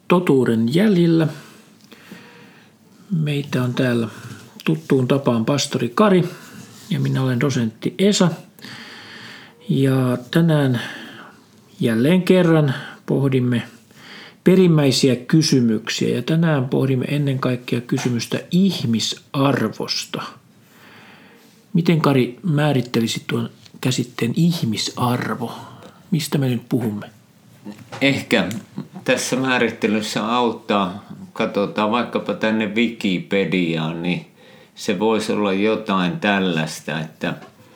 Totuuden jäljillä. Meitä on täällä tuttuun tapaan pastori Kari ja minä olen dosentti Esa. Ja tänään jälleen kerran pohdimme perimmäisiä kysymyksiä ja tänään pohdimme ennen kaikkea kysymystä ihmisarvosta. Miten Kari määrittelisit tuon käsitteen ihmisarvo? Mistä me nyt puhumme? Ehkä tässä määrittelyssä auttaa, katsotaan vaikkapa tänne Wikipediaan, niin se voisi olla jotain tällaista, että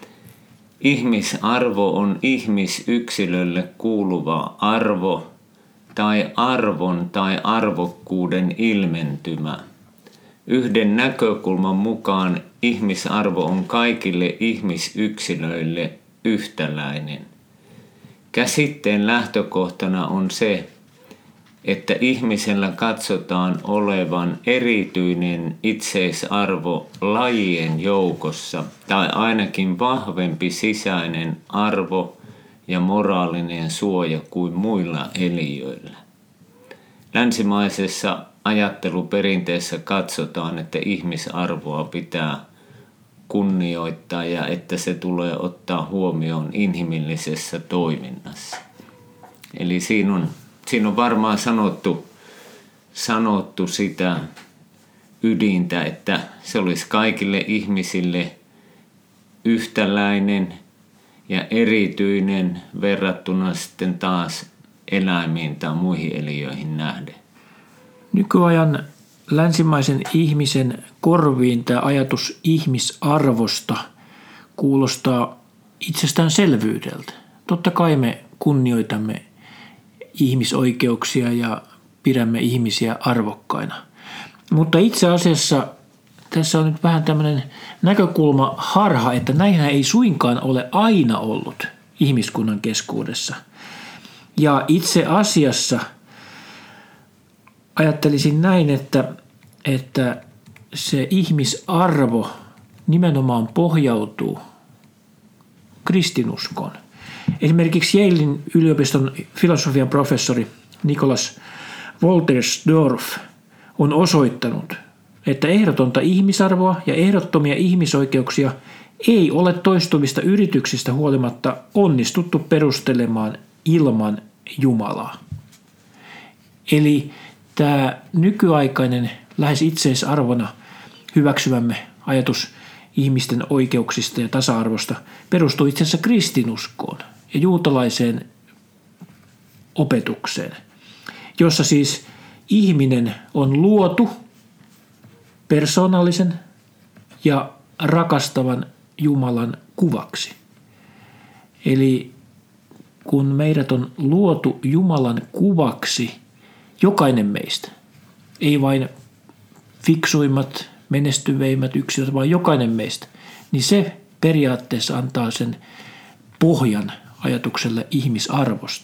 ihmisarvo on ihmisyksilölle kuuluva arvo tai arvon tai arvokkuuden ilmentymä. Yhden näkökulman mukaan ihmisarvo on kaikille ihmisyksilöille yhtäläinen. Käsitteen lähtökohtana on se, että ihmisellä katsotaan olevan erityinen itseisarvo lajien joukossa tai ainakin vahvempi sisäinen arvo ja moraalinen suoja kuin muilla eliöillä. Länsimaisessa ajatteluperinteessä katsotaan, että ihmisarvoa pitää kunnioittaa ja että se tulee ottaa huomioon inhimillisessä toiminnassa. Eli siinä on varmaan sanottu sitä ydintä, että se olisi kaikille ihmisille yhtäläinen ja erityinen verrattuna sitten taas eläimiin tai muihin eliöihin nähden. Nykyajan länsimaisen ihmisen korviin tämä ajatus ihmisarvosta kuulostaa itsestäänselvyydeltä. Totta kai me kunnioitamme ihmisoikeuksia ja pidämme ihmisiä arvokkaina. Mutta itse asiassa tässä on nyt vähän tämmöinen näkökulma harha, että näinhän ei suinkaan ole aina ollut ihmiskunnan keskuudessa. Ja itse asiassa ajattelisin näin, että se ihmisarvo nimenomaan pohjautuu kristinuskoon. Esimerkiksi Yalein yliopiston filosofian professori Nicholas Wolterstorff on osoittanut, että ehdotonta ihmisarvoa ja ehdottomia ihmisoikeuksia ei ole toistuvista yrityksistä huolimatta onnistuttu perustelemaan ilman Jumalaa. Eli tämä nykyaikainen lähes itseisarvona hyväksyvämme ajatus ihmisten oikeuksista ja tasa-arvosta perustuu itse asiassa kristinuskoon ja juutalaiseen opetukseen, jossa siis ihminen on luotu persoonallisen ja rakastavan Jumalan kuvaksi. Eli kun meidät on luotu Jumalan kuvaksi, jokainen meistä, ei vain fiksuimmat, menestyveimmät yksilöt, vaan jokainen meistä, niin se periaatteessa antaa sen pohjan ajatukselle ihmisarvosta.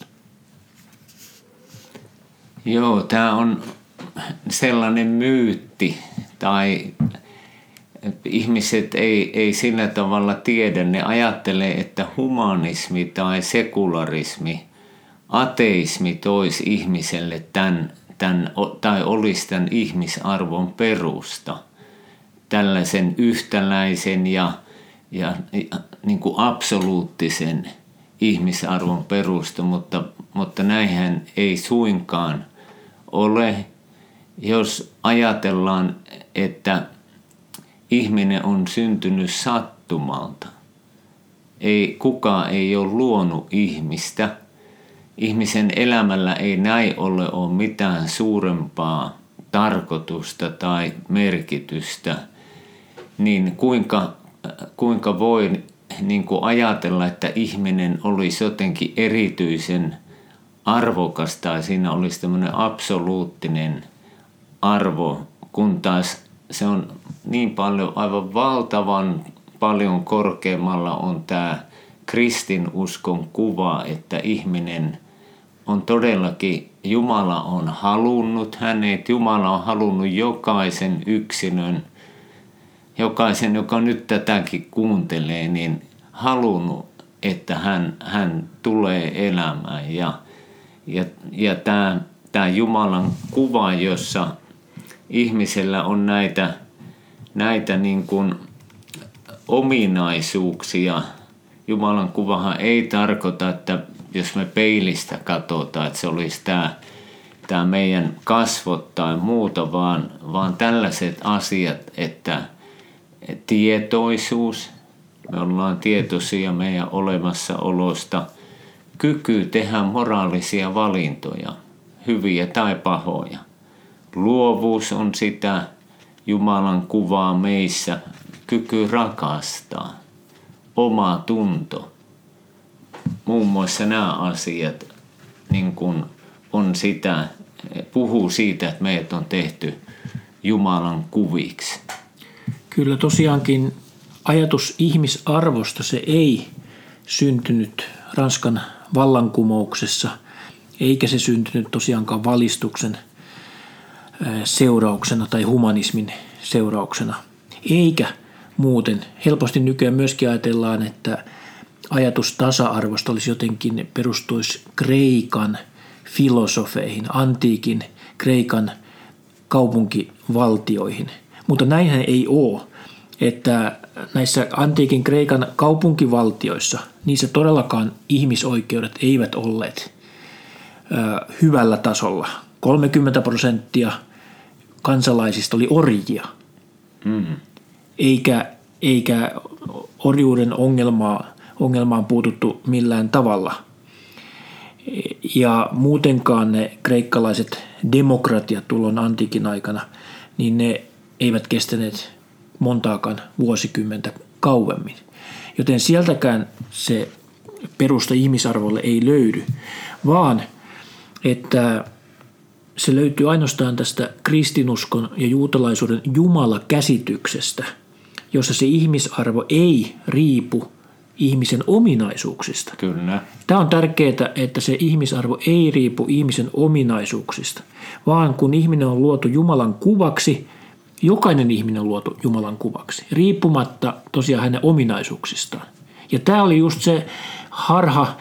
Joo, tämä on sellainen myytti, tai ihmiset ei sillä tavalla tiedä, ne ajattelee, että humanismi tai sekularismi, ateismi toisi ihmiselle tai olisi tämän ihmisarvon perusta, tällaisen yhtäläisen ja niin kuin absoluuttisen ihmisarvon perusta, mutta näinhän ei suinkaan ole. Jos ajatellaan, että ihminen on syntynyt sattumalta, kukaan ei ole luonut ihmistä, ihmisen elämällä ei näin ole mitään suurempaa tarkoitusta tai merkitystä, niin kuinka voi niin kuin ajatella, että ihminen olisi jotenkin erityisen arvokas tai siinä olisi tämmöinen absoluuttinen arvo, kun taas se on niin paljon, aivan valtavan paljon korkeammalla on tämä kristinuskon kuva, että ihminen on todellakin, Jumala on halunnut hänet, Jumala on halunnut jokaisen yksilön, jokaisen, joka nyt tätäkin kuuntelee, niin halunnut, että hän tulee elämään. Ja tämä tämä Jumalan kuva, jossa ihmisellä on näitä niin kuin ominaisuuksia. Jumalan kuvahan ei tarkoita, että jos me peilistä katsotaan, että se olisi tämä meidän kasvot tai muuta, vaan tällaiset asiat, että tietoisuus, me ollaan tietoisia meidän olemassaolosta, kyky tehdä moraalisia valintoja, hyviä tai pahoja. Luovuus on sitä Jumalan kuvaa meissä, kyky rakastaa, oma tunto. Muun muassa nämä asiat niin kuin on sitä, puhuu siitä, että meidät on tehty Jumalan kuviksi. Kyllä tosiaankin ajatus ihmisarvosta, se ei syntynyt Ranskan vallankumouksessa, eikä se syntynyt tosiaankaan valistuksen seurauksena tai humanismin seurauksena, eikä muuten. Helposti nykyään myöskin ajatellaan, että ajatus tasa-arvosta olisi jotenkin perustuisi Kreikan filosofeihin, antiikin Kreikan kaupunkivaltioihin. Mutta näinhän ei ole, että näissä antiikin Kreikan kaupunkivaltioissa, niissä todellakaan ihmisoikeudet eivät olleet hyvällä tasolla. 30% kansalaisista oli orjia, eikä orjuuden ongelmaan puututtu millään tavalla. Ja muutenkaan ne kreikkalaiset demokratiat tuolloin antiikin aikana, niin ne eivät kestäneet montaakaan vuosikymmentä kauemmin. Joten sieltäkään se perusta ihmisarvolle ei löydy, vaan että se löytyy ainoastaan tästä kristinuskon ja juutalaisuuden Jumala-käsityksestä, jossa se ihmisarvo ei riipu ihmisen ominaisuuksista. Kyllä. Tämä on tärkeää, että se ihmisarvo ei riipu ihmisen ominaisuuksista, vaan kun ihminen on luotu Jumalan kuvaksi, jokainen ihminen on luotu Jumalan kuvaksi, riippumatta tosiaan hänen ominaisuuksistaan. Ja tämä oli just se harha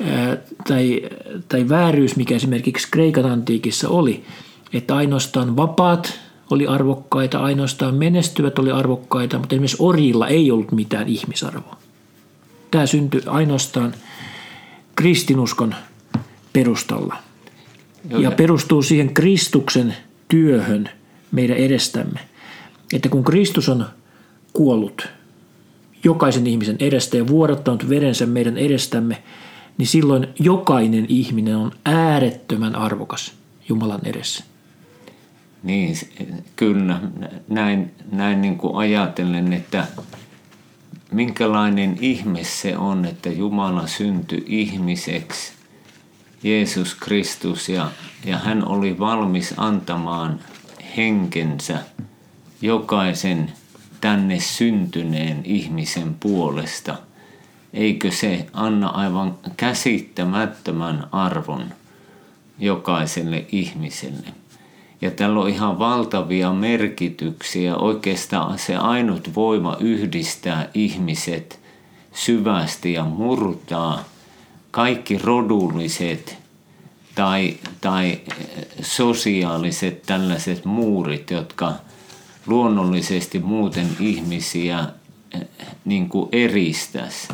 tai vääryys, mikä esimerkiksi Kreikan antiikissa oli, että ainoastaan vapaat oli arvokkaita, ainoastaan menestyvät oli arvokkaita, mutta esimerkiksi orjilla ei ollut mitään ihmisarvoa. Tämä syntyi ainoastaan kristinuskon perustalla ja perustuu siihen Kristuksen työhön meidän edestämme. Että kun Kristus on kuollut jokaisen ihmisen edestä ja vuodattanut verensä meidän edestämme, niin silloin jokainen ihminen on äärettömän arvokas Jumalan edessä. Niin, kyllä. Näin niin kuin ajatellen, että minkälainen ihme se on, että Jumala syntyi ihmiseksi, Jeesus Kristus, ja hän oli valmis antamaan henkensä jokaisen tänne syntyneen ihmisen puolesta. Eikö se anna aivan käsittämättömän arvon jokaiselle ihmiselle? Ja tällä on ihan valtavia merkityksiä. Oikeastaan se ainut voima yhdistää ihmiset syvästi ja murtaa kaikki rodulliset tai sosiaaliset tällaiset muurit, jotka luonnollisesti muuten ihmisiä niin kuin eristäisi.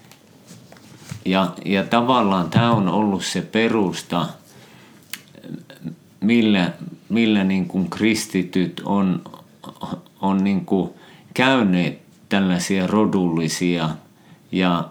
Ja tavallaan tämä on ollut se perusta, millä niin kuin kristityt on niin kuin käyneet tällaisia rodullisia ja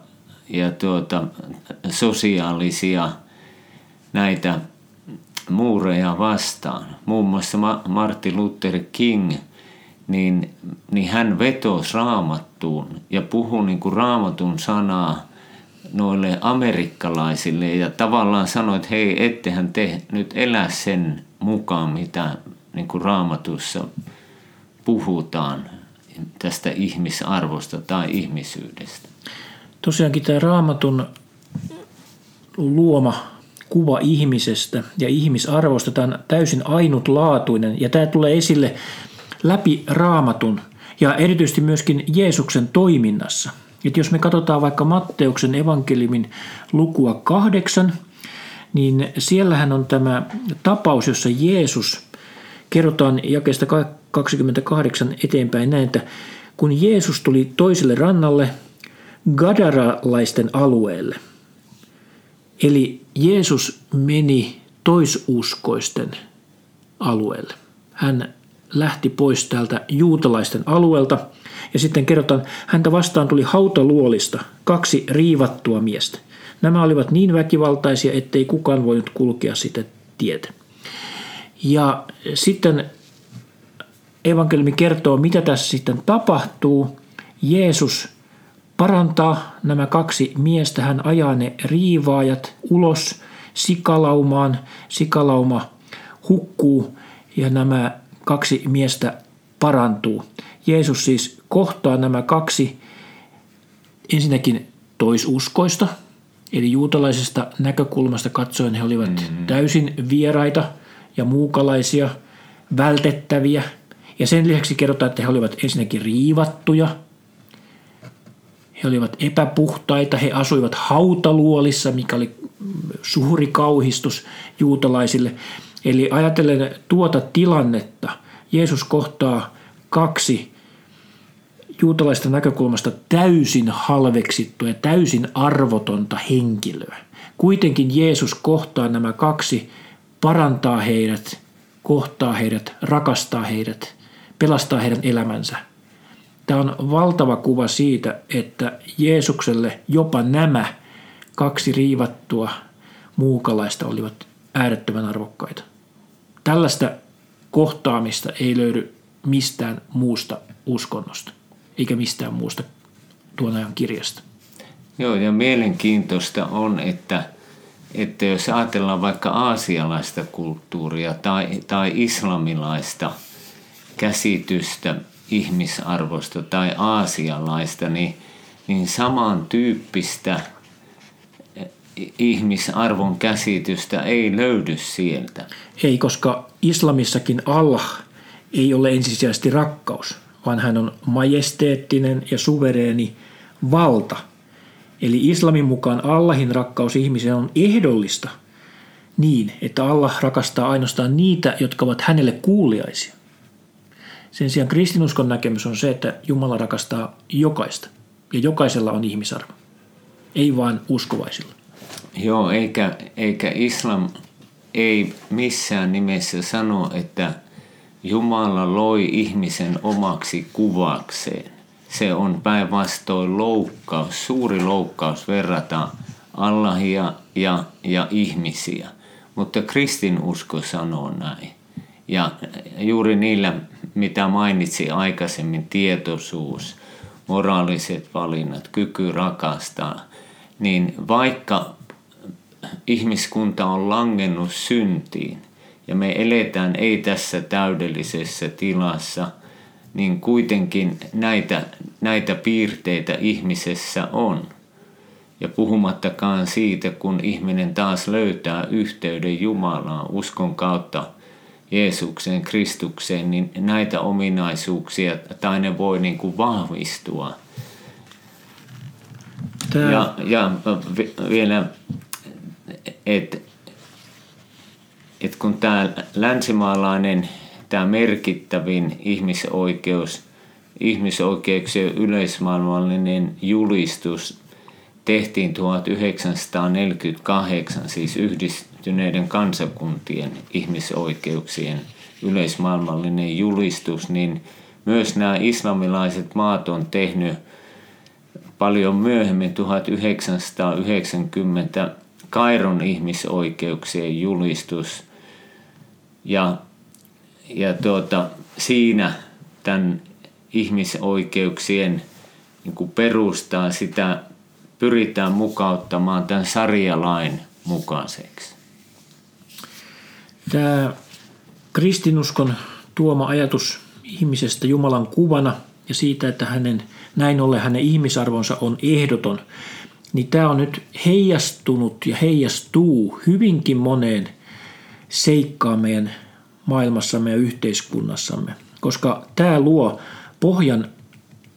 sosiaalisia näitä muureja vastaan. Muun muassa Martin Luther King, niin hän vetosi Raamattuun ja puhui niin kuin Raamatun sanaa noille amerikkalaisille ja tavallaan sanoi, että hei, ettehän te nyt elä sen mukaan, mitä niin kuin Raamatussa puhutaan tästä ihmisarvosta tai ihmisyydestä. Tosiaankin tämä Raamatun luoma kuva ihmisestä ja ihmisarvosta, tämä on täysin ainutlaatuinen ja tämä tulee esille läpi Raamatun ja erityisesti myöskin Jeesuksen toiminnassa. Että jos me katsotaan vaikka Matteuksen evankeliumin lukua 8, niin siellähän on tämä tapaus, jossa Jeesus, kerrotaan jakeesta 28 eteenpäin näin, että kun Jeesus tuli toiselle rannalle, Gadaralaisten alueelle. Eli Jeesus meni toisuskoisten alueelle. Hän lähti pois täältä juutalaisten alueelta ja sitten kerrotaan, häntä vastaan tuli hautaluolista 2 riivattua miestä. Nämä olivat niin väkivaltaisia, ettei kukaan voinut kulkea sitä tietä. Ja sitten evankeliumi kertoo, mitä tässä sitten tapahtuu. Jeesus parantaa nämä 2 miestä, hän ajaa ne riivaajat ulos sikalaumaan, sikalauma hukkuu ja nämä 2 miestä parantuu. Jeesus siis kohtaa nämä 2 ensinnäkin toisuskoista, eli juutalaisesta näkökulmasta katsoen he olivat täysin vieraita ja muukalaisia, vältettäviä. Ja sen lisäksi kerrotaan, että he olivat ensinnäkin riivattuja, he olivat epäpuhtaita, he asuivat hautaluolissa, mikä oli suuri kauhistus juutalaisille. Eli ajatellen tuota tilannetta, Jeesus kohtaa 2 juutalaista näkökulmasta täysin halveksittua ja täysin arvotonta henkilöä. Kuitenkin Jeesus kohtaa nämä 2, parantaa heidät, kohtaa heidät, rakastaa heidät, pelastaa heidän elämänsä. Tämä on valtava kuva siitä, että Jeesukselle jopa nämä 2 riivattua muukalaista olivat äärettömän arvokkaita. Tällaista kohtaamista ei löydy mistään muusta uskonnosta, eikä mistään muusta tuon ajan kirjasta. Joo, ja mielenkiintoista on, että jos ajatellaan vaikka aasialaista kulttuuria tai islamilaista käsitystä ihmisarvosta tai aasialaista, niin samantyyppistä ihmisarvon käsitystä ei löydy sieltä. Ei, koska islamissakin Allah ei ole ensisijaisesti rakkaus, vaan hän on majesteettinen ja suvereeni valta. Eli islamin mukaan Allahin rakkaus ihmiseen on ehdollista niin, että Allah rakastaa ainoastaan niitä, jotka ovat hänelle kuuliaisia. Sen sijaan kristinuskon näkemys on se, että Jumala rakastaa jokaista ja jokaisella on ihmisarvo, ei vain uskovaisilla. Joo, eikä islam ei missään nimessä sano, että Jumala loi ihmisen omaksi kuvakseen. Se on päinvastoin loukkaus, suuri loukkaus verrata Allahia ja ihmisiä. Mutta kristinusko sanoo näin. Ja juuri niillä, mitä mainitsin aikaisemmin, tietoisuus, moraaliset valinnat, kyky rakastaa, niin vaikka ihmiskunta on langennut syntiin ja me eletään ei tässä täydellisessä tilassa, niin kuitenkin näitä piirteitä ihmisessä on. Ja puhumattakaan siitä, kun ihminen taas löytää yhteyden Jumalaan uskon kautta Jeesukseen, Kristukseen, niin näitä ominaisuuksia tai ne voi niin kuin vahvistua. Ja vielä, että kun tämä länsimaalainen, tämä merkittävin ihmisoikeuksien yleismaailmallinen julistus tehtiin 1948, siis Yhdistyneiden kansakuntien ihmisoikeuksien yleismaailmallinen julistus, niin myös nämä islamilaiset maat on tehnyt paljon myöhemmin 1990 Kairon ihmisoikeuksien julistus ja siinä tämän ihmisoikeuksien niin kuin perustaa sitä pyritään mukauttamaan tämän sarjalain mukaiseksi. Tämä kristinuskon tuoma ajatus ihmisestä Jumalan kuvana ja siitä, että näin ollen hänen ihmisarvonsa on ehdoton, niin tämä on nyt heijastunut ja heijastuu hyvinkin moneen seikkaan meidän maailmassamme ja yhteiskunnassamme, koska tämä luo pohjan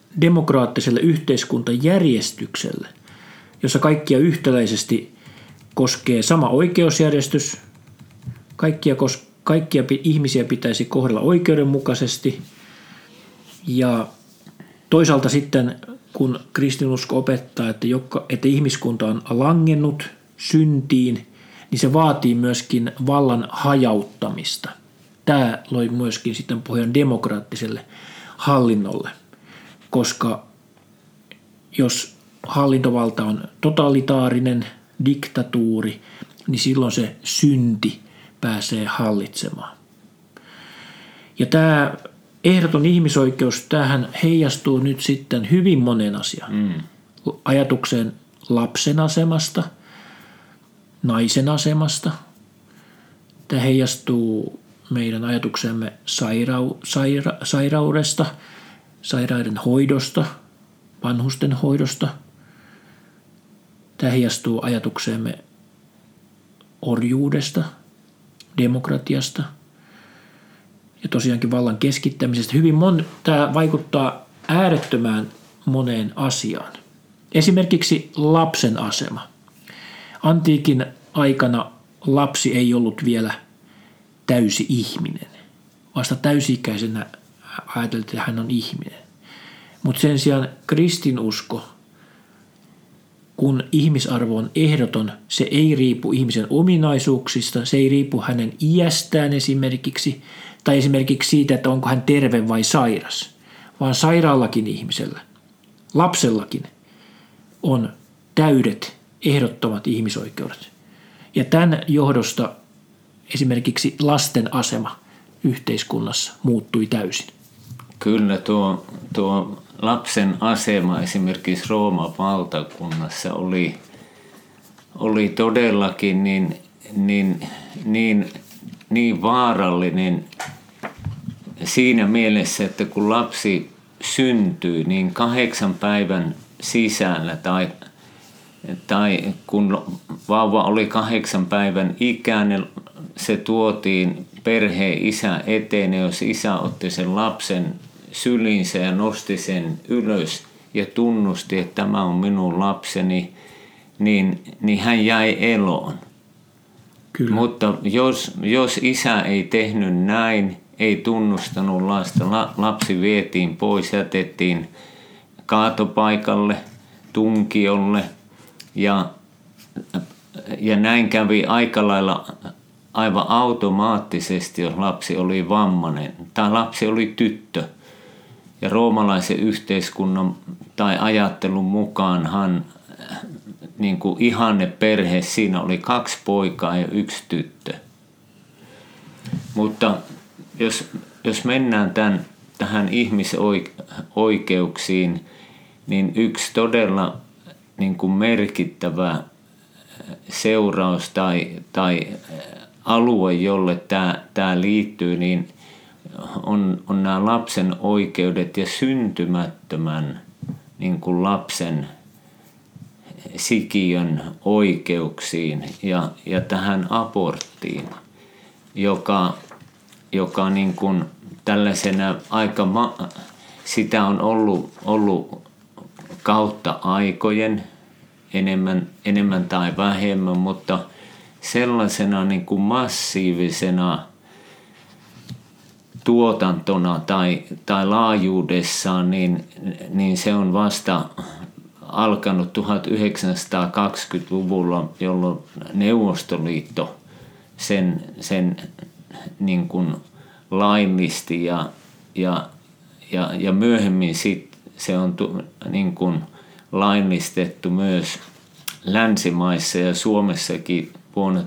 demokraattiselle yhteiskuntajärjestykselle, jossa kaikkia yhtäläisesti koskee sama oikeusjärjestys. Kaikkia ihmisiä pitäisi kohdella oikeudenmukaisesti. Ja toisaalta sitten, kun kristinusko opettaa, että ihmiskunta on langennut syntiin, niin se vaatii myöskin vallan hajauttamista. Tämä loi myöskin sitten pohjan demokraattiselle hallinnolle, koska jos hallintovalta on totalitaarinen diktatuuri, niin silloin se synti pääsee hallitsemaan. Ja tämä ehdoton ihmisoikeus, tähän heijastuu nyt sitten hyvin monen asian. Ajatukseen lapsen asemasta, naisen asemasta. Tämä heijastuu meidän ajatukseemme sairaudesta, sairaiden hoidosta, vanhusten hoidosta. Tämä heijastuu ajatukseemme orjuudesta, demokratiasta ja tosiaankin vallan keskittämisestä. Tämä vaikuttaa äärettömään moneen asiaan. Esimerkiksi lapsen asema. Antiikin aikana lapsi ei ollut vielä täysi ihminen. Vasta täysi-ikäisenä ajateltiin, että hän on ihminen. Mutta sen sijaan kristinusko, kun ihmisarvo on ehdoton, se ei riipu ihmisen ominaisuuksista, se ei riipu hänen iästään esimerkiksi, tai esimerkiksi siitä, että onko hän terve vai sairas, vaan sairaallakin ihmisellä, lapsellakin on täydet, ehdottomat ihmisoikeudet. Ja tämän johdosta esimerkiksi lasten asema yhteiskunnassa muuttui täysin. Kyllä tuo lapsen asema esimerkiksi Rooman valtakunnassa oli todellakin niin vaarallinen siinä mielessä, että kun lapsi syntyi, niin 8 päivän sisällä tai kun vauva oli 8 päivän ikäinen, se tuotiin perheen isä eteen, ja jos isä otti sen lapsen syliinsä ja nosti sen ylös ja tunnusti, että tämä on minun lapseni, niin hän jäi eloon. Kyllä. Mutta jos isä ei tehnyt näin, ei tunnustanut lasta, lapsi vietiin pois, jätettiin kaatopaikalle, tunkiolle ja näin kävi aika lailla aivan automaattisesti, jos lapsi oli vammainen tai lapsi oli tyttö. Ja roomalaisen yhteiskunnan tai ajattelun mukaanhan niin kuin ihanne perhe, siinä oli 2 poikaa ja 1 tyttö. Mutta jos mennään tähän ihmisoikeuksiin, niin yksi todella niin kuin merkittävä seuraus tai alue, jolle tämä liittyy, niin on nämä lapsen oikeudet ja syntymättömän niin kuin lapsen sikiön oikeuksiin ja tähän aborttiin, joka niin kuin tällaisena sitä on ollut kautta aikojen enemmän tai vähemmän, mutta sellaisena niin kuin massiivisena tuotantona tai laajuudessaan, niin se on vasta alkanut 1920-luvulla, jolloin Neuvostoliitto sen niin kuin laillisti ja myöhemmin se on niin kuin laillistettu myös länsimaissa ja Suomessakin vuonna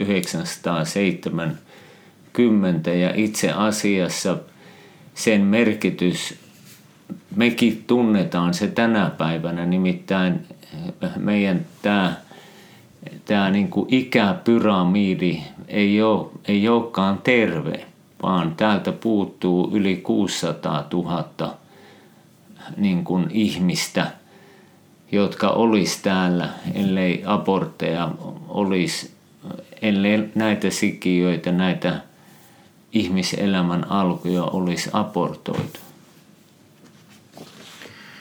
1970, ja itse asiassa sen merkitys, mekin tunnetaan se tänä päivänä, nimittäin meidän tämä niin kuin ikäpyramidi ei olekaan terve, vaan täältä puuttuu yli 600 000 niin kuin ihmistä, jotka olisi täällä, ellei abortteja olisi, ellei näitä sikiöitä, näitä ihmiselämän alkuja olisi abortoitu.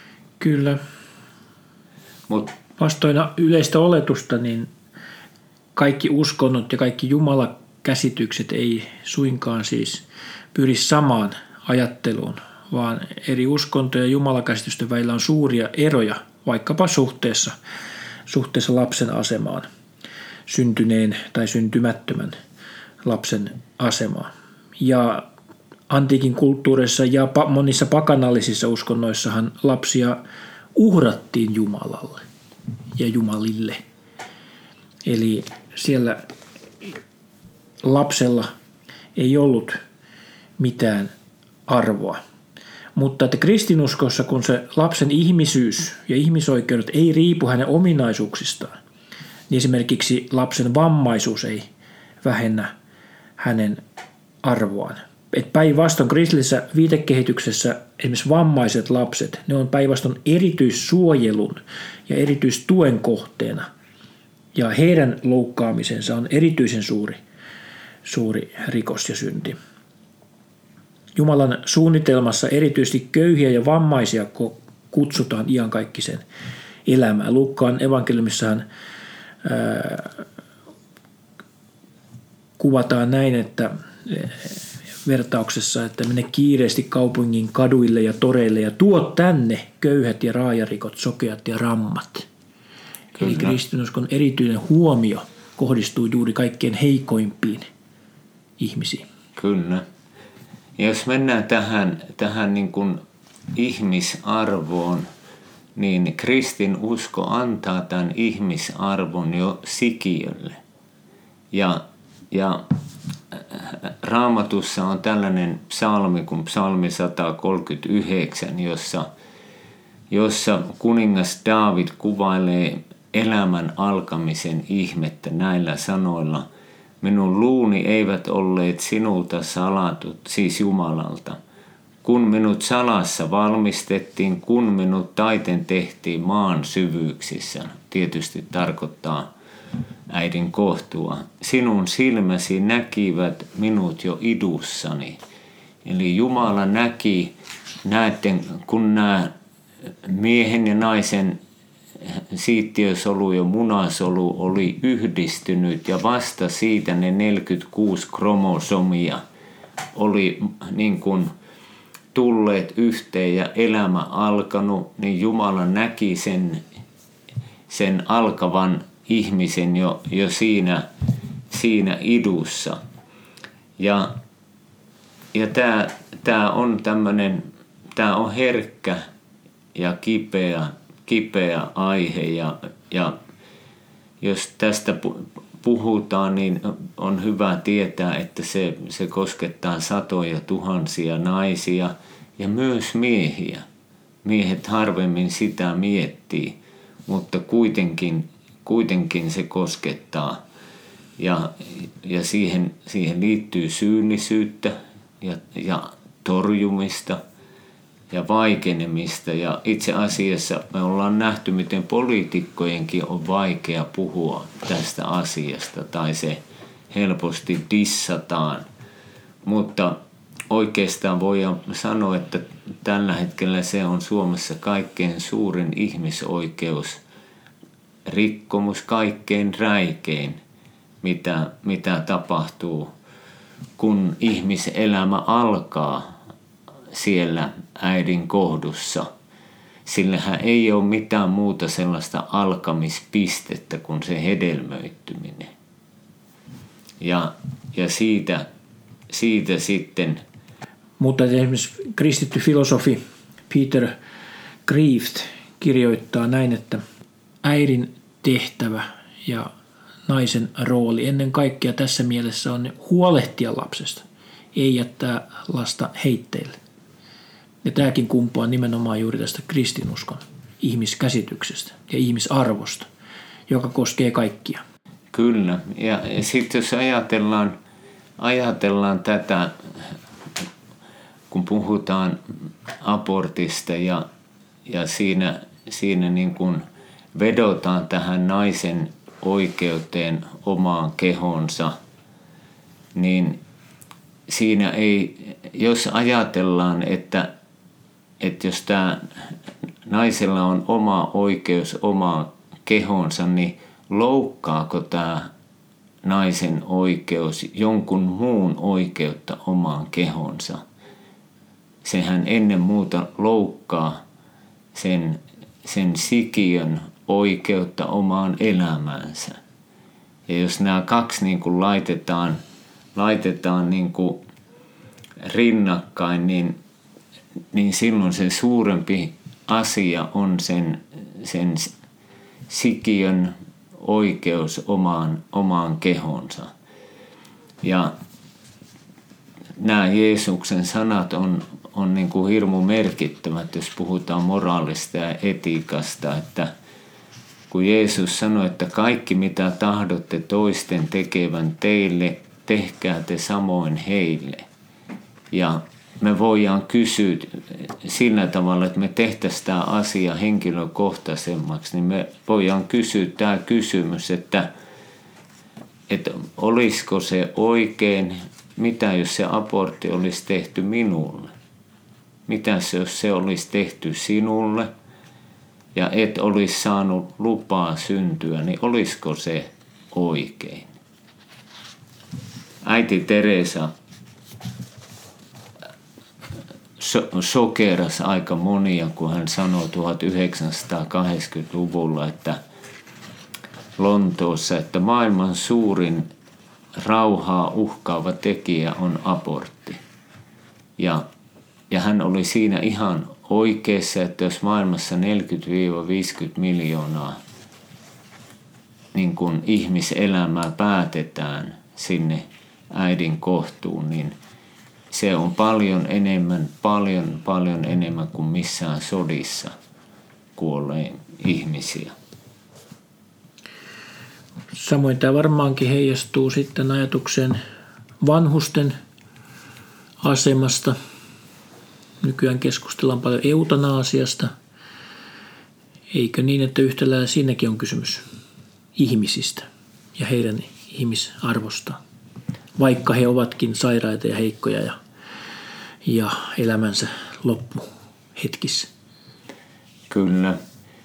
Kyllä. Vastoin yleistä oletusta, niin kaikki uskonnot ja kaikki jumalakäsitykset ei suinkaan siis pyri samaan ajatteluun, vaan eri uskontojen ja jumalakäsitysten välillä on suuria eroja, vaikkapa suhteessa lapsen asemaan, syntyneen tai syntymättömän lapsen asemaan. Ja antiikin kulttuureissa ja monissa pakanallisissa uskonnoissahan lapsia uhrattiin Jumalalle ja jumalille. Eli siellä lapsella ei ollut mitään arvoa. Mutta että kristinuskossa, kun se lapsen ihmisyys ja ihmisoikeudet ei riipu hänen ominaisuuksistaan, niin esimerkiksi lapsen vammaisuus ei vähennä hänen arvoaan. Et päinvastoin kristillisessä viitekehityksessä esimerkiksi vammaiset lapset, ne on päinvastoin erityissuojelun ja erityistuen kohteena. Ja heidän loukkaamisensa on erityisen suuri rikos ja synti. Jumalan suunnitelmassa erityisesti köyhiä ja vammaisia kutsutaan iankaikkisen elämään. Luukkaan evankeliumissahan kuvataan näin, että vertauksessa, että mene kiireesti kaupungin kaduille ja toreille ja tuo tänne köyhät ja raajarikot, sokeat ja rammat. Kyllä. Eli kristinuskon erityinen huomio kohdistuu juuri kaikkein heikoimpiin ihmisiin. Kyllä. Ja jos mennään tähän niin kuin ihmisarvoon, niin kristinusko antaa tämän ihmisarvon jo sikiölle. Ja Raamatussa on tällainen psalmi kuin psalmi 139, jossa kuningas Daavid kuvailee elämän alkamisen ihmettä näillä sanoilla. Minun luuni eivät olleet sinulta salatut, siis Jumalalta. Kun minut salassa valmistettiin, kun minut taiten tehtiin maan syvyyksissä, tietysti tarkoittaa äidin kohtua. Sinun silmäsi näkivät minut jo idussani. Eli Jumala näki kun nämä miehen ja naisen siittiösolu ja munasolu oli yhdistynyt ja vasta siitä ne 46 kromosomia oli niin kuin tulleet yhteen ja elämä alkanut, niin Jumala näki sen alkavan ihmisen jo siinä idussa. Ja tämä on tämmöinen, tämä on herkkä ja kipeä aihe ja jos tästä puhutaan, niin on hyvä tietää, että se koskettaa satoja tuhansia naisia ja myös miehiä. Miehet harvemmin sitä miettii, mutta kuitenkin se koskettaa. Ja siihen liittyy syyllisyyttä ja torjumista ja vaikenemista. Ja itse asiassa me ollaan nähty, miten poliitikkojenkin on vaikea puhua tästä asiasta tai se helposti dissataan. Mutta oikeastaan voidaan sanoa, että tällä hetkellä se on Suomessa kaikkein suurin ihmisoikeusrikkomus, kaikkein räikein, mitä tapahtuu, kun ihmiselämä alkaa siellä äidin kohdussa. Sillähän ei ole mitään muuta sellaista alkamispistettä kuin se hedelmöittyminen. Ja siitä sitten. Mutta esimerkiksi kristitty filosofi Peter Kreeft kirjoittaa näin, että äidin tehtävä ja naisen rooli ennen kaikkea tässä mielessä on huolehtia lapsesta, ei jättää lasta heitteille. Ja tämäkin kumpuaa nimenomaan juuri tästä kristinuskon ihmiskäsityksestä ja ihmisarvosta, joka koskee kaikkia. Kyllä. Ja sitten jos ajatellaan tätä, kun puhutaan abortista ja siinä niin kuin vedotaan tähän naisen oikeuteen omaan kehonsa, niin siinä ei, jos ajatellaan, että jos tämä naisella on oma oikeus omaan kehonsa, niin loukkaako tämä naisen oikeus jonkun muun oikeutta omaan kehonsa. Sehän ennen muuta loukkaa sen sikiön oikeutta omaan elämäänsä. Ja jos nämä kaksi niin kuin laitetaan niin kuin rinnakkain, niin silloin se suurempi asia on sen sikiön oikeus omaan kehonsa. Ja nämä Jeesuksen sanat on niin kuin hirmu merkittävät, jos puhutaan moraalista ja etiikasta, että kun Jeesus sanoi, että kaikki mitä tahdotte toisten tekevän teille, tehkää te samoin heille. Ja me voidaan kysyä sillä tavalla, että me tehtäisiin tämä asia henkilökohtaisemmaksi, niin me voidaan kysyä tämä kysymys, että olisiko se oikein, mitä jos se abortti olisi tehty minulle? Mitä jos se olisi tehty sinulle ja et olisi saanut lupaa syntyä, niin olisiko se oikein? Äiti Teresa sokerasi aika monia, kun hän sanoi 1980-luvulla, että Lontoossa, että maailman suurin rauhaa uhkaava tekijä on abortti. Ja hän oli siinä ihan oikeassa, että jos maailmassa 40-50 miljoonaa niin kun ihmiselämää päätetään sinne äidin kohtuun, niin se on paljon enemmän kuin missään sodissa kuolee ihmisiä. Samoin tämä varmaankin heijastuu sitten ajatukseen vanhusten asemasta. Nykyään keskustellaan paljon eutanasiasta. Eikö niin, että yhtä lailla siinäkin on kysymys ihmisistä ja heidän ihmisarvostaan, vaikka he ovatkin sairaita ja heikkoja ja elämänsä loppuhetkissä. Kyllä.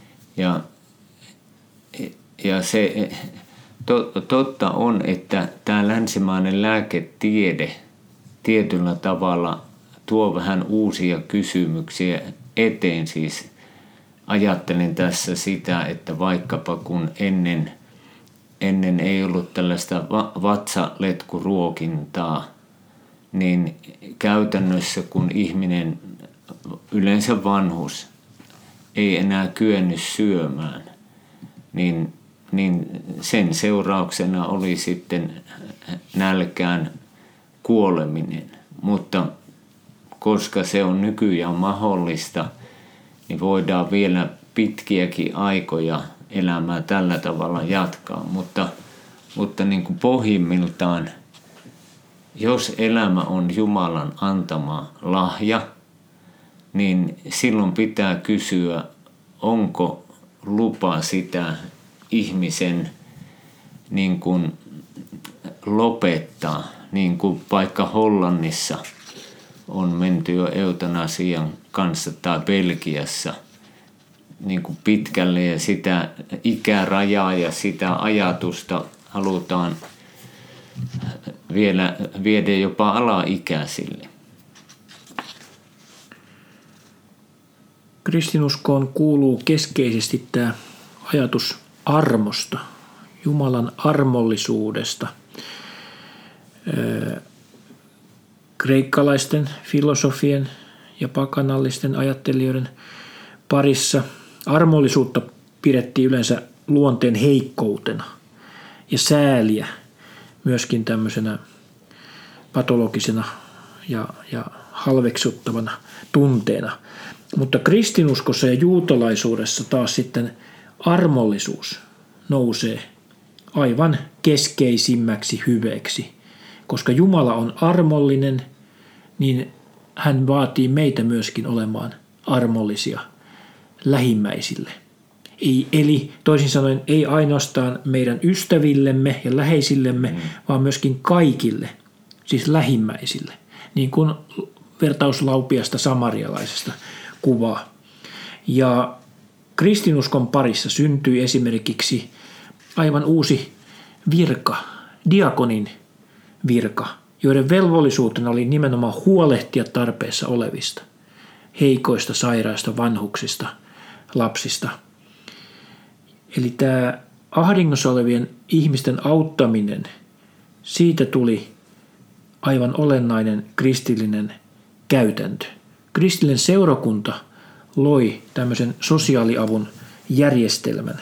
Ja se totta on, että tämä länsimainen lääketiede tietyllä tavalla tuo vähän uusia kysymyksiä eteen. Siis ajattelen tässä sitä, että vaikkapa kun ennen ei ollut tällaista vatsaletkuruokintaa, niin käytännössä kun ihminen, yleensä vanhus, ei enää kyennyt syömään, niin sen seurauksena oli sitten nälkään kuoleminen. Mutta koska se on nykyään mahdollista, niin voidaan vielä pitkiäkin aikoja elämää tällä tavalla jatkaa. Mutta niin kuin pohjimmiltaan, jos elämä on Jumalan antama lahja, niin silloin pitää kysyä, onko lupa sitä ihmisen niin kuin lopettaa, niin kuin vaikka Hollannissa on menty jo eutanasian kanssa tai Belgiassa niin kuin pitkälle ja sitä ikärajaa ja sitä ajatusta halutaan viedä jopa alaikäisille. Kristinuskoon kuuluu keskeisesti tämä ajatus armosta, Jumalan armollisuudesta. Kreikkalaisten filosofien ja pakanallisten ajattelijoiden parissa armollisuutta pidettiin yleensä luonteen heikkoutena ja sääliä myöskin tämmöisenä patologisena ja halveksuttavana tunteena. Mutta kristinuskossa ja juutalaisuudessa taas sitten armollisuus nousee aivan keskeisimmäksi hyveeksi. Koska Jumala on armollinen, niin hän vaatii meitä myöskin olemaan armollisia lähimmäisille. Eli toisin sanoen ei ainoastaan meidän ystävillemme ja läheisillemme, vaan myöskin kaikille, siis lähimmäisille. Niin kuin vertaus Laupiasta samarialaisesta kuvaa. Ja kristinuskon parissa syntyi esimerkiksi aivan uusi virka, diakonin virka, joiden velvollisuutena oli nimenomaan huolehtia tarpeessa olevista, heikoista, sairaista, vanhuksista, lapsista. Eli tämä ahdingossa olevien ihmisten auttaminen, siitä tuli aivan olennainen kristillinen käytäntö. Kristillinen seurakunta loi tämmöisen sosiaaliavun järjestelmän,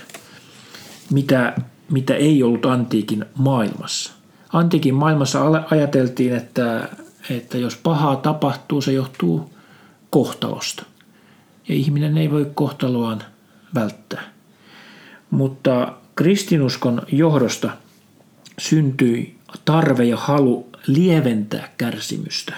mitä ei ollut antiikin maailmassa. Antiikin maailmassa ajateltiin, että jos pahaa tapahtuu, se johtuu kohtalosta. Ja ihminen ei voi kohtaloaan välttää. Mutta kristinuskon johdosta syntyi tarve ja halu lieventää kärsimystä,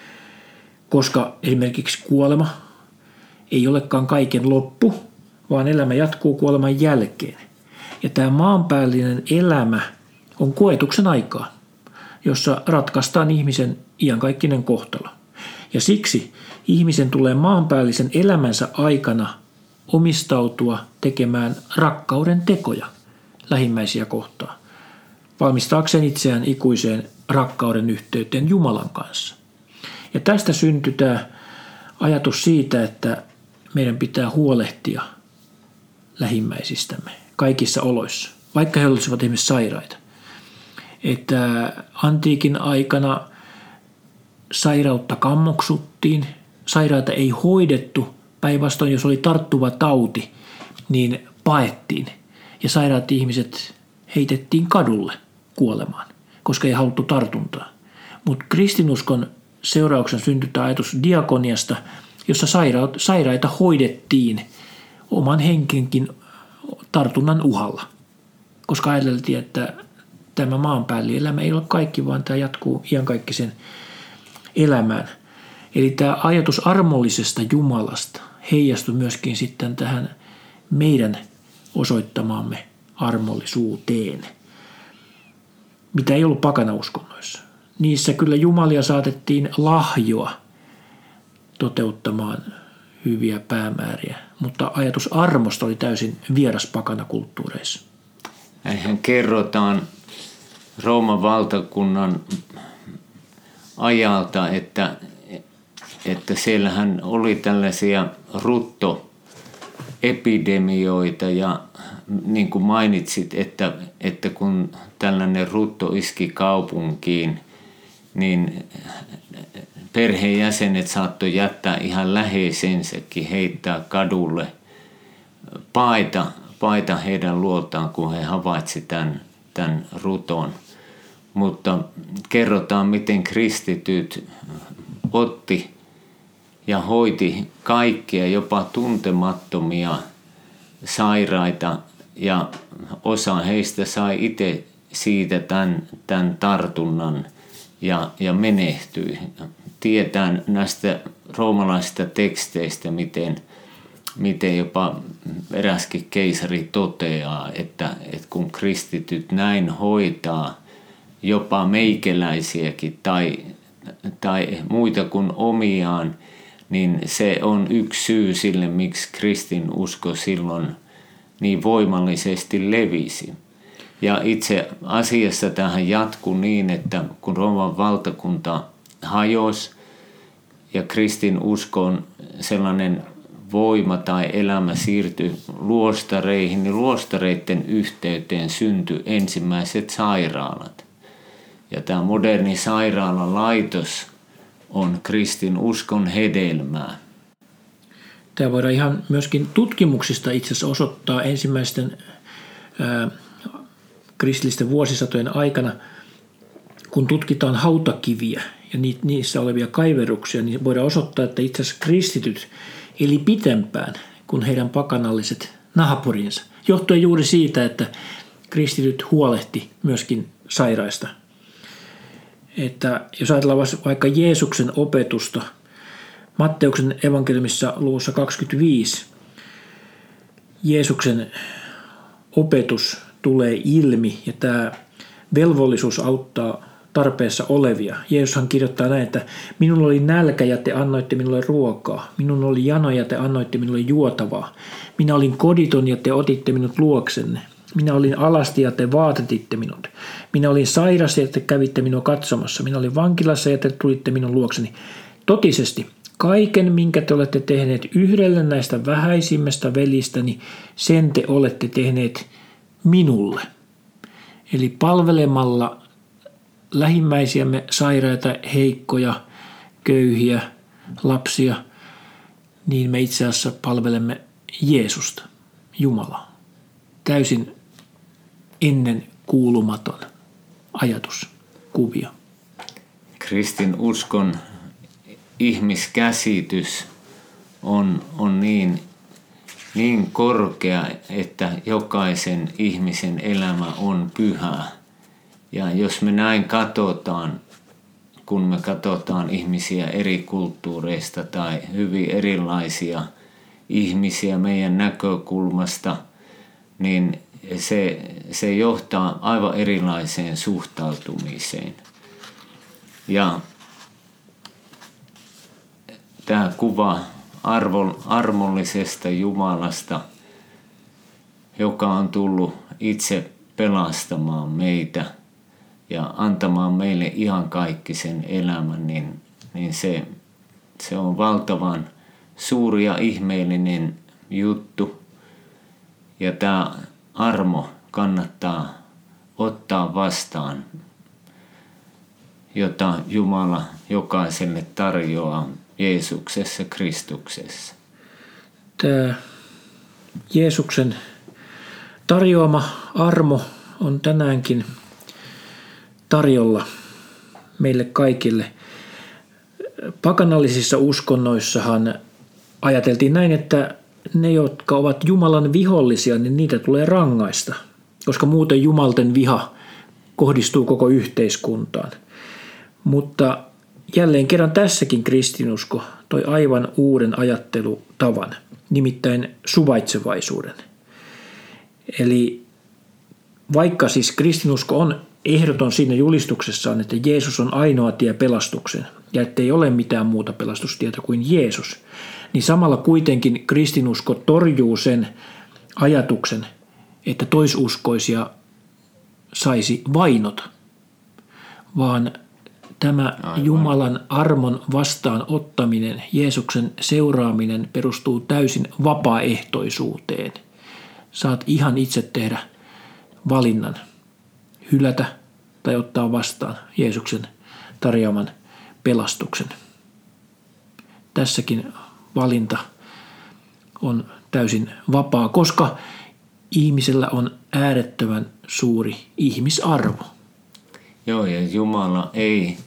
koska esimerkiksi kuolema ei olekaan kaiken loppu, vaan elämä jatkuu kuoleman jälkeen. Ja tämä maanpäällinen elämä on koetuksen aikaa, jossa ratkaistaan ihmisen iankaikkinen kohtalo. Ja siksi ihmisen tulee maanpäällisen elämänsä aikana omistautua tekemään rakkauden tekoja lähimmäisiä kohtaan, valmistaakseen itseään ikuiseen rakkauden yhteyteen Jumalan kanssa. Ja tästä syntyi tämä ajatus siitä, että meidän pitää huolehtia lähimmäisistämme kaikissa oloissa, vaikka he olisivat esimerkiksi sairaita. Että antiikin aikana sairautta kammoksuttiin, sairaita ei hoidettu, päinvastoin jos oli tarttuva tauti, niin paettiin ja sairaat ihmiset heitettiin kadulle kuolemaan, koska ei haluttu tartuntaa. Mutta kristinuskon seurauksen syntyi ajatus diakoniasta, jossa sairaita hoidettiin oman henkenkin tartunnan uhalla, koska ajateltiin, että tämä maanpäällinen elämä ei ole kaikki, vaan tämä jatkuu iankaikkisen elämään. Eli tämä ajatus armollisesta Jumalasta heijastui myöskin sitten tähän meidän osoittamaamme armollisuuteen, mitä ei ollut pakanauskonnoissa. Niissä kyllä jumalia saatettiin lahjoa toteuttamaan hyviä päämääriä, mutta ajatus armosta oli täysin vieras pakanakulttuureissa. Näinhän kerrotaan Rooman valtakunnan ajalta, että siellähän oli tällaisia ruttoepidemioita ja niin kuin mainitsit, että kun tällainen rutto iski kaupunkiin, niin perheenjäsenet saattoi jättää ihan läheisensäkin, heittää kadulle, paeta heidän luotaan, kun he havaitsi tämän ruton. Mutta kerrotaan, miten kristityt otti ja hoiti kaikkia, jopa tuntemattomia sairaita, ja osa heistä sai itse siitä tämän tartunnan ja menehtyi. Tietään näistä roomalaisista teksteistä, miten jopa eräskin keisari toteaa, että kun kristityt näin hoitaa jopa meikäläisiäkin tai muita kuin omiaan, niin se on yksi syy sille, miksi kristinusko silloin niin voimallisesti levisi. Ja itse asiassa tähän jatkui niin, että kun Rooman valtakunta hajosi ja kristinuskon sellainen voima tai elämä siirtyi luostareihin, niin luostareiden yhteyteen syntyi ensimmäiset sairaalat. Ja tämä moderni sairaalalaitos on kristinuskon hedelmää. Tämä voidaan ihan myöskin tutkimuksista itse asiassa osoittaa ensimmäisten kristillisten vuosisatojen aikana, kun tutkitaan hautakiviä ja niissä olevia kaiverruksia, niin voidaan osoittaa, että itse asiassa kristityt eli pitempään kuin heidän pakanalliset naapurinsa, johtuen juuri siitä, että kristityt huolehti myöskin sairaista. Että jos ajatellaan vaikka Jeesuksen opetusta, Matteuksen evankeliumissa luvussa 25, Jeesuksen opetus tulee ilmi ja tämä velvollisuus auttaa tarpeessa olevia. Jeesushan kirjoittaa näin, että minulla oli nälkä ja te annoitte minulle ruokaa. Minun oli jano ja te annoitte minulle juotavaa. Minä olin koditon ja te otitte minut luoksenne. Minä olin alasti ja te vaatetitte minut. Minä olin sairas ja te kävitte minua katsomassa. Minä olin vankilassa ja te tulitte minun luokseni. Totisesti, kaiken minkä te olette tehneet yhdelle näistä vähäisimmästä velistäni, sen te olette tehneet minulle. Eli palvelemalla lähimmäisiämme, sairaita, heikkoja, köyhiä, lapsia, niin me itse asiassa palvelemme Jeesusta, Jumalaa. Täysin ennen kuulumaton ajatus, kuvio. Kristin uskon ihmiskäsitys on niin korkea, että jokaisen ihmisen elämä on pyhä. Ja jos me näin katsotaan, kun me katsotaan ihmisiä eri kulttuureista tai hyvin erilaisia ihmisiä meidän näkökulmasta, niin se johtaa aivan erilaiseen suhtautumiseen. Ja tämä kuva armollisesta Jumalasta, joka on tullut itse pelastamaan meitä ja antamaan meille ihan kaikki sen elämän, niin se on valtavan suuri ja ihmeellinen juttu. Ja tämä armo kannattaa ottaa vastaan, jota Jumala jokaiselle tarjoaa Jeesuksessa Kristuksessa. Tämä Jeesuksen tarjoama armo on tänäänkin tarjolla meille kaikille. Pakanallisissa uskonnoissahan ajateltiin näin, että ne, jotka ovat Jumalan vihollisia, niin niitä tulee rangaista, koska muuten jumalten viha kohdistuu koko yhteiskuntaan. Mutta jälleen kerran tässäkin kristinusko toi aivan uuden ajattelutavan, nimittäin suvaitsevaisuuden. Eli vaikka siis kristinusko on ehdoton siinä julistuksessaan, että Jeesus on ainoa tie pelastukseen ja ettei ole mitään muuta pelastustietä kuin Jeesus, niin samalla kuitenkin kristinusko torjuu sen ajatuksen, että toisuskoisia saisi vainota, vaan tämä Jumalan armon vastaanottaminen, Jeesuksen seuraaminen perustuu täysin vapaaehtoisuuteen. Saat ihan itse tehdä valinnan, hylätä tai ottaa vastaan Jeesuksen tarjoaman pelastuksen. Tässäkin valinta on täysin vapaa, koska ihmisellä on äärettömän suuri ihmisarvo. Joo, ja Jumala ei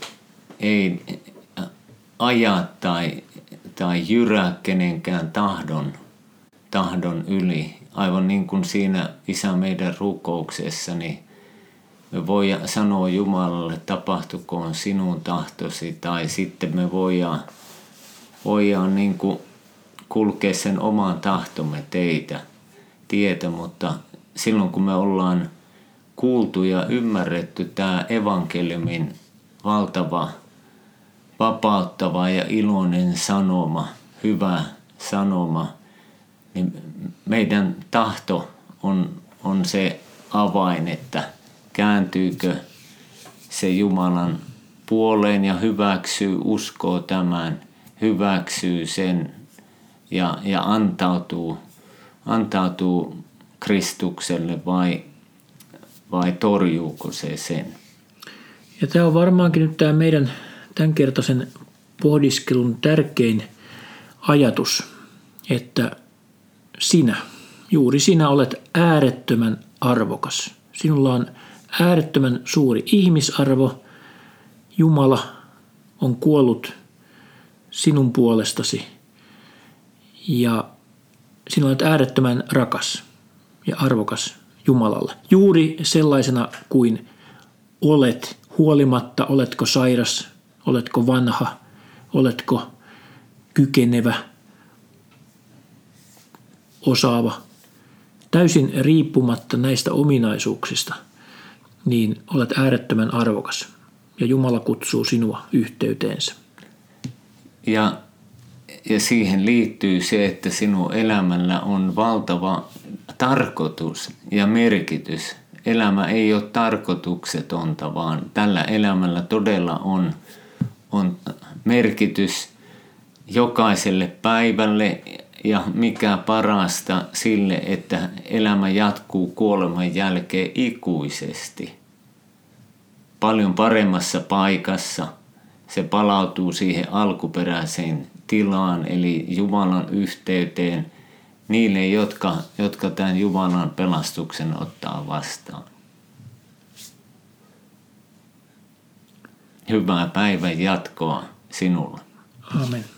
aja tai jyrää kenenkään tahdon yli. Aivan niin kuin siinä Isä meidän rukouksessa, niin me voidaan sanoa Jumalalle, tapahtukoon sinun tahtosi, tai sitten me voidaan niin kuin kulkea sen oman tahtomme tietä, mutta silloin kun me ollaan kuultu ja ymmärretty tämä evankeliumin valtava, vapauttava ja iloinen sanoma, hyvä sanoma, niin meidän tahto on se avain, että kääntyykö se Jumalan puoleen ja hyväksyy, uskoo tämän, hyväksyy sen ja antautuu Kristukselle vai torjuuko se sen? Ja tämä on varmaankin nyt tämä meidän tämänkertaisen pohdiskelun tärkein ajatus, että juuri sinä olet äärettömän arvokas. Sinulla on äärettömän suuri ihmisarvo. Jumala on kuollut sinun puolestasi ja sinä olet äärettömän rakas ja arvokas Jumalalle. Juuri sellaisena kuin olet, huolimatta oletko sairas, oletko vanha, oletko kykenevä, osaava, täysin riippumatta näistä ominaisuuksista, niin olet äärettömän arvokas ja Jumala kutsuu sinua yhteyteensä. Ja siihen liittyy se, että sinun elämällä on valtava tarkoitus ja merkitys, elämä ei ole tarkoituksetonta, vaan tällä elämällä todella on merkitys jokaiselle päivälle ja mikä parasta sille, että elämä jatkuu kuoleman jälkeen ikuisesti. Paljon paremmassa paikassa se palautuu siihen alkuperäiseen tilaan, eli Jumalan yhteyteen niille, jotka tämän Jumalan pelastuksen ottaa vastaan. Hyvää päivän jatkoa sinulle. Amen.